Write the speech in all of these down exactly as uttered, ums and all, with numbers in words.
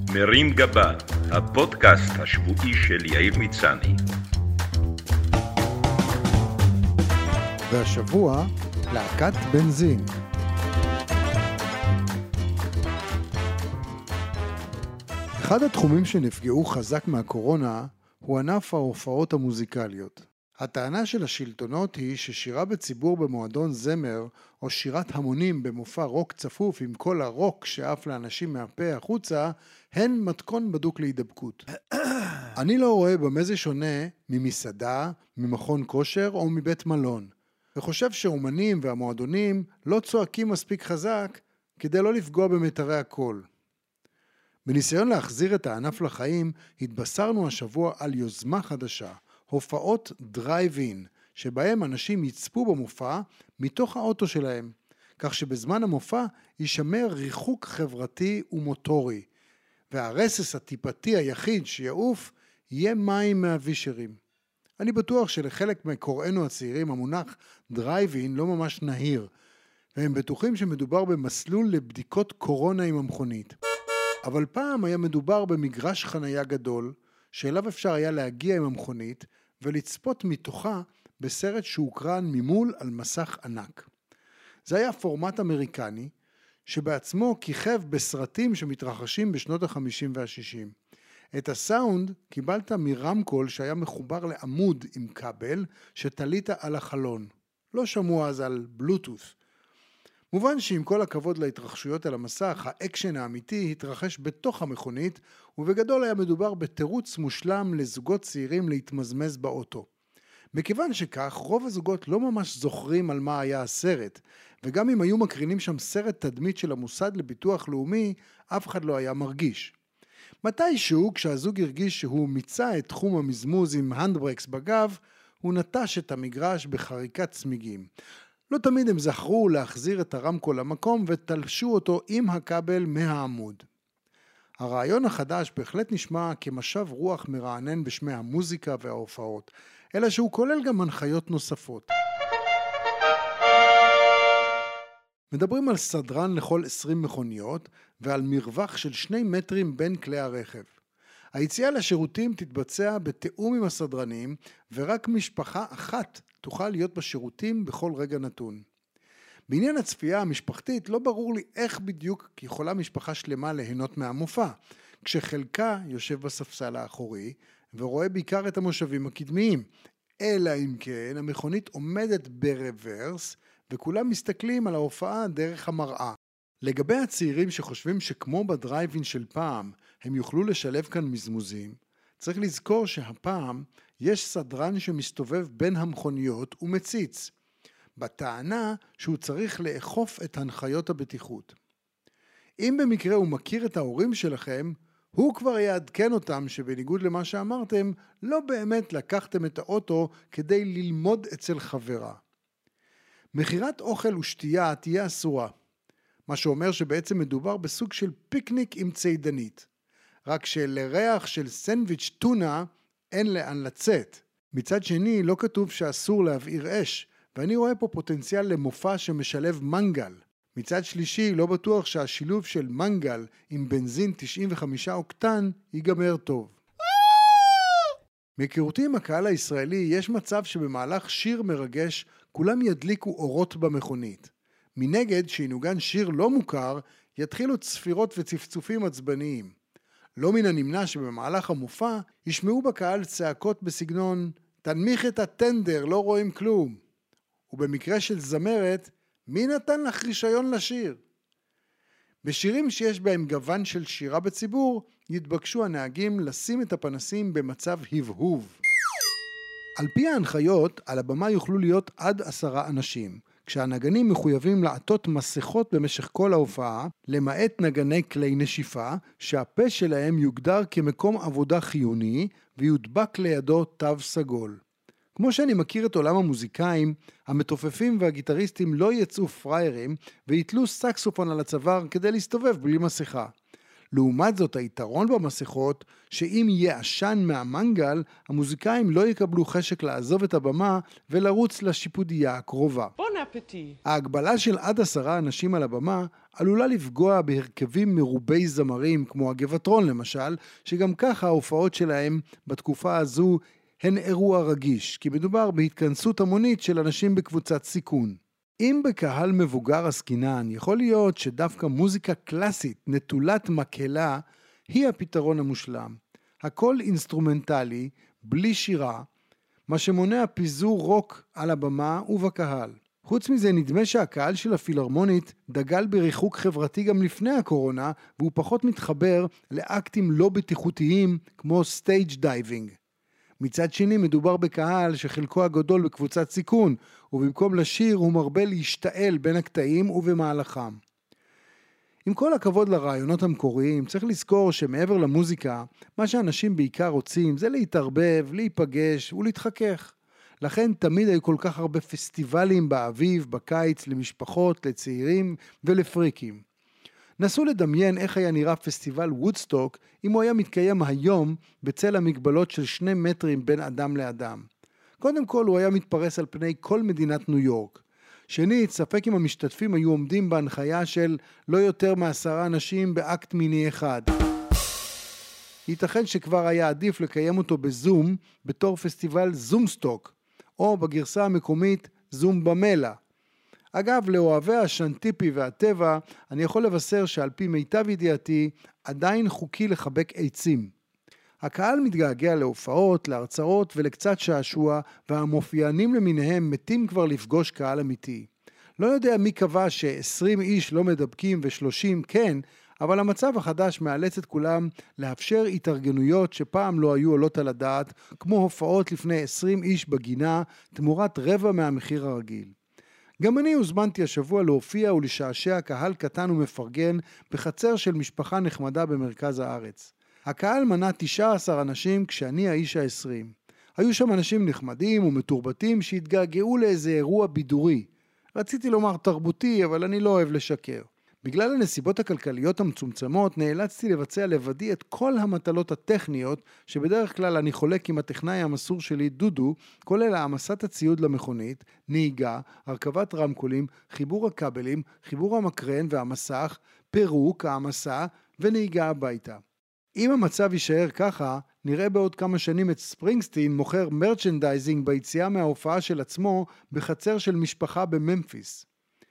מרים גבה, הפודקאסט השבועי של יאיר מצני. והשבוע, להקת בנזין. אחד התחומים שנפגעו חזק מהקורונה הוא ענף ההופעות המוזיקליות. הטענה של השלטונות היא ששירה בציבור במועדון זמר או שירת המונים במופע רוק צפוף עם כל הרוק שאף לאנשים מהפה החוצה הן מתכון בדוק להידבקות. אני לא רואה במה זה שונה ממסעדה, ממכון כושר או מבית מלון. וחושב שאומנים והמועדונים לא צועקים מספיק חזק כדי לא לפגוע במתרי הקול. בניסיון להחזיר את הענף לחיים התבשרנו השבוע על יוזמה חדשה. הופעות דרייב-אין, שבהם אנשים יצפו במופע מתוך האוטו שלהם, כך שבזמן המופע יישמר ריחוק חברתי ומוטורי, והרסס הטיפתי היחיד שיעוף יהיה מים מהווישרים. אני בטוח שלחלק מקוראינו הצעירים המונח דרייב-אין לא ממש נהיר, והם בטוחים שמדובר במסלול לבדיקות קורונה עם המכונית. אבל פעם היה מדובר במגרש חנייה גדול, שאליו אפשר היה להגיע עם המכונית, ולצפות מתוכה בסרט שהוקרן ממול על מסך ענק. זה היה פורמט אמריקני, שבעצמו כיכב בסרטים שמתרחשים בשנות ה-חמישים וה-שישים. את הסאונד קיבלת מרמקול שהיה מחובר לעמוד עם כבל, שתלית על החלון. לא שמעו אז על בלוטות'. מובן שעם כל הכבוד להתרחשויות על המסך, האקשן האמיתי התרחש בתוך המכונית, ובגדול היה מדובר בתירוץ מושלם לזוגות צעירים להתמזמז באוטו. מכיוון שכך, רוב הזוגות לא ממש זוכרים על מה היה הסרט, וגם אם היו מקרינים שם סרט תדמית של המוסד לביטוח לאומי, אף אחד לא היה מרגיש. מתישהו, כשהזוג הרגיש שהוא מיצה את תחום המזמוז עם הנדברקס בגב, הוא נטש את המגרש בחריקת צמיגים. לא תמיד הם זכרו להחזיר את הרמקול למקום ותלשו אותו עם הכבל מהעמוד. הרעיון החדש בהחלט נשמע כמשב רוח מרענן בשמי המוזיקה וההופעות, אלא שהוא כולל גם הנחיות נוספות. מדברים על סדרן לכל עשרים מכוניות ועל מרווח של שני מטרים בין כלי הרכב. היציאה לשירותים תתבצע בתיאום עם הסדרנים, ורק משפחה אחת תוכל להיות בשירותים בכל רגע נתון. בעניין הצפייה המשפחתית לא ברור לי איך בדיוק יכולה משפחה שלמה ליהנות מהמופע, כשחלקה יושב בספסל האחורי ורואה בעיקר את המושבים הקדמיים, אלא אם כן המכונית עומדת ברוורס וכולם מסתכלים על ההופעה דרך המראה. לגבי הצעירים שחושבים שכמו בדרייב-אין של פעם הם יוכלו לשלב כאן מזמוזים, צריך לזכור שהפעם יש סדרן שמסתובב בין המכוניות ומציץ, בטענה שהוא צריך לאכוף את הנחיות הבטיחות. אם במקרה הוא מכיר את ההורים שלכם, הוא כבר יעדכן אותם שבניגוד למה שאמרתם, לא באמת לקחתם את האוטו כדי ללמוד אצל חברה. מחירת אוכל ושתייה תהיה אסורה, מה שאומר שבעצם מדובר בסוג של פיקניק עם ציידנית. רק שלריח של סנדוויץ' טונה אין לאן לצאת. מצד שני לא כתוב שאסור להבעיר אש, ואני רואה פה פוטנציאל למופע שמשלב מנגל. מצד שלישי לא בטוח שהשילוב של מנגל עם בנזין תשעים וחמישה אוקטן ייגמר טוב. מהיכרותי עם הקהל הישראלי יש מצב שבמהלך שיר מרגש כולם ידליקו אורות במכונית. מנגד שינוגן שיר לא מוכר יתחילו צפירות וצפצופים עצבניים. לא מן הנמנע שבמהלך המופע ישמעו בקהל צעקות בסגנון תנמיך את הטנדר, לא רואים כלום. ובמקרה של זמרת, מי נתן לך רישיון לשיר? בשירים שיש בהם גוון של שירה בציבור, יתבקשו הנהגים לשים את הפנסים במצב הבהוב. על פי ההנחיות, על הבמה יוכלו להיות עד עשרה אנשים, כשהנגנים מחויבים לעטות מסכות במשך כל ההופעה, למעט נגני כלי נשיפה, שהפה שלהם יוגדר כמקום עבודה חיוני, ויודבק לידו תו סגול. כמו שאני מכיר את עולם המוזיקאים, המתופפים והגיטריסטים לא יצאו פריירים, ויתלו סקסופון על הצוואר כדי להסתובב בלי מסכה. לעומת זאת, היתרון במסכות, שאם יהיה עשן מהמנגל, המוזיקאים לא יקבלו חשק לעזוב את הבמה ולרוץ לשיפודייה הקרובה. בון אפטי. ההגבלה של עד עשרה אנשים על הבמה עלולה לפגוע בהרכבים מרובי זמרים, כמו הגבעתרון למשל, שגם ככה ההופעות שלהם בתקופה הזו הן אירוע רגיש, כי מדובר בהתכנסות המונית של אנשים בקבוצת סיכון. אם בקהל מבוגר עסקינן, יכול להיות שדווקא מוזיקה קלאסית, נטולת מקהלה, היא הפתרון המושלם. הכל אינסטרומנטלי, בלי שירה, מה שמונע פיזור רוק על הבמה ובקהל. חוץ מזה, נדמה שהקהל של הפילהרמונית דגל בריחוק חברתי גם לפני הקורונה, והוא פחות מתחבר לאקטים לא בטיחותיים כמו סטייג' דייבינג. מצד שני, מדובר בקהל שחלקו הגדול בקבוצת סיכון, ובמקום לשיר הוא מרבה להשתעל בין הקטעים ובמהלכם. עם כל הכבוד לרעיונות המקוריים, צריך לזכור שמעבר למוזיקה, מה שאנשים בעיקר רוצים זה להתערבב, להיפגש ולהתחכך. לכן תמיד היו כל כך הרבה פסטיבלים באביב, בקיץ, למשפחות, לצעירים ולפריקים. נסו לדמיין איך היה נראה פסטיבל וודסטוק אם הוא היה מתקיים היום בצל המגבלות של שני מטרים בין אדם לאדם. קודם כל הוא היה מתפרס על פני כל מדינת ניו יורק. שנית, ספק אם המשתתפים היו עומדים בהנחיה של לא יותר מעשרה אנשים באקט מיני אחד. ייתכן שכבר היה עדיף לקיים אותו בזום בתור פסטיבל זומסטוק, או בגרסה המקומית זום במלה. אגב, לאוהבי השנטיפי והטבע, אני יכול לבשר שעל פי מיטב ידיעתי, עדיין חוקי לחבק עצים. הקהל מתגעגע להופעות, להרצאות ולקצת שעשוע, והמופיענים למיניהם מתים כבר לפגוש קהל אמיתי. לא יודע מי קבע ש-עשרים איש לא מדבקים ו-שלושים כן, אבל המצב החדש מאלץ את כולם לאפשר התארגנויות שפעם לא היו עולות על הדעת, כמו הופעות לפני עשרים איש בגינה, תמורת רבע מהמחיר הרגיל. גם אני הוזמנתי השבוע להופיע ולשעשע קהל קטן ומפרגן בחצר של משפחה נחמדה במרכז הארץ. הקהל מנה תשעה עשר אנשים כשאני האיש ה-עשרים. היו שם אנשים נחמדים ומתורבתים שהתגעגעו לאיזה אירוע בידורי. רציתי לומר תרבותי, אבל אני לא אוהב לשקר. בגלל הנסיבות הכלכליות המצומצמות נאלצתי לבצע לבדי את כל המטלות הטכניות שבדרך כלל אני חולק עם הטכנאי המסור שלי דודו, כולל העמסת הציוד למכונית, נהיגה, הרכבת רמקולים, חיבור הכבלים, חיבור המקרן והמסך, פירוק, העמסה ונהיגה הביתה. אם המצב יישאר ככה, נראה בעוד כמה שנים את ספרינגסטין מוכר מרצ'נדייזינג ביציאה מההופעה של עצמו בחצר של משפחה בממפיס.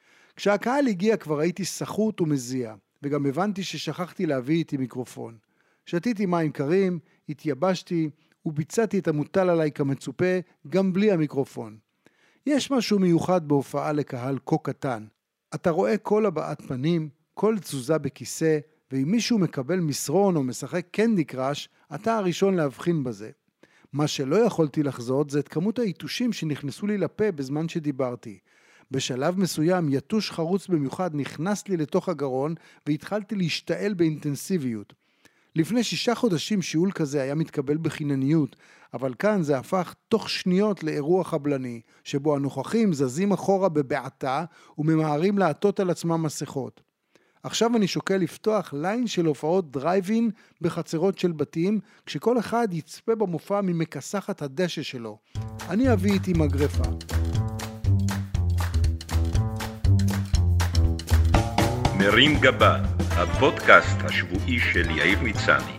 כשהקהל הגיע כבר הייתי סחוט ומזיע, וגם הבנתי ששכחתי להביא איתי מיקרופון. שתיתי מים קרים, התייבשתי וביצעתי את המוטל עליי כמצופה גם בלי המיקרופון. יש משהו מיוחד בהופעה לקהל כה קטן. אתה רואה כל הבעת פנים, כל תזוזה בכיסא, ואם מישהו מקבל מסרון או משחק קנדי קראש, אתה הראשון להבחין בזה. מה שלא יכולתי לחזות זה את כמות העיתושים שנכנסו לי לפה בזמן שדיברתי. בשלב מסוים יתוש חרוץ במיוחד נכנס לי לתוך הגרון והתחלתי להשתעל באינטנסיביות. לפני שישה חודשים שיעול כזה היה מתקבל בחינניות, אבל כאן זה הפך תוך שניות לאירוע חבלני, שבו הנוכחים זזים אחורה בבעתה וממהרים לעטות על עצמם מסכות. עכשיו אני שוקל לפתוח ליין של הופעות דרייב-אין בחצרות של בתים, כשכל אחד יצפה במופע ממכסחת הדשא שלו. אני אביא איתי מגרפה. מרים גבה, הפודקאסט השבועי של יאיר מצני.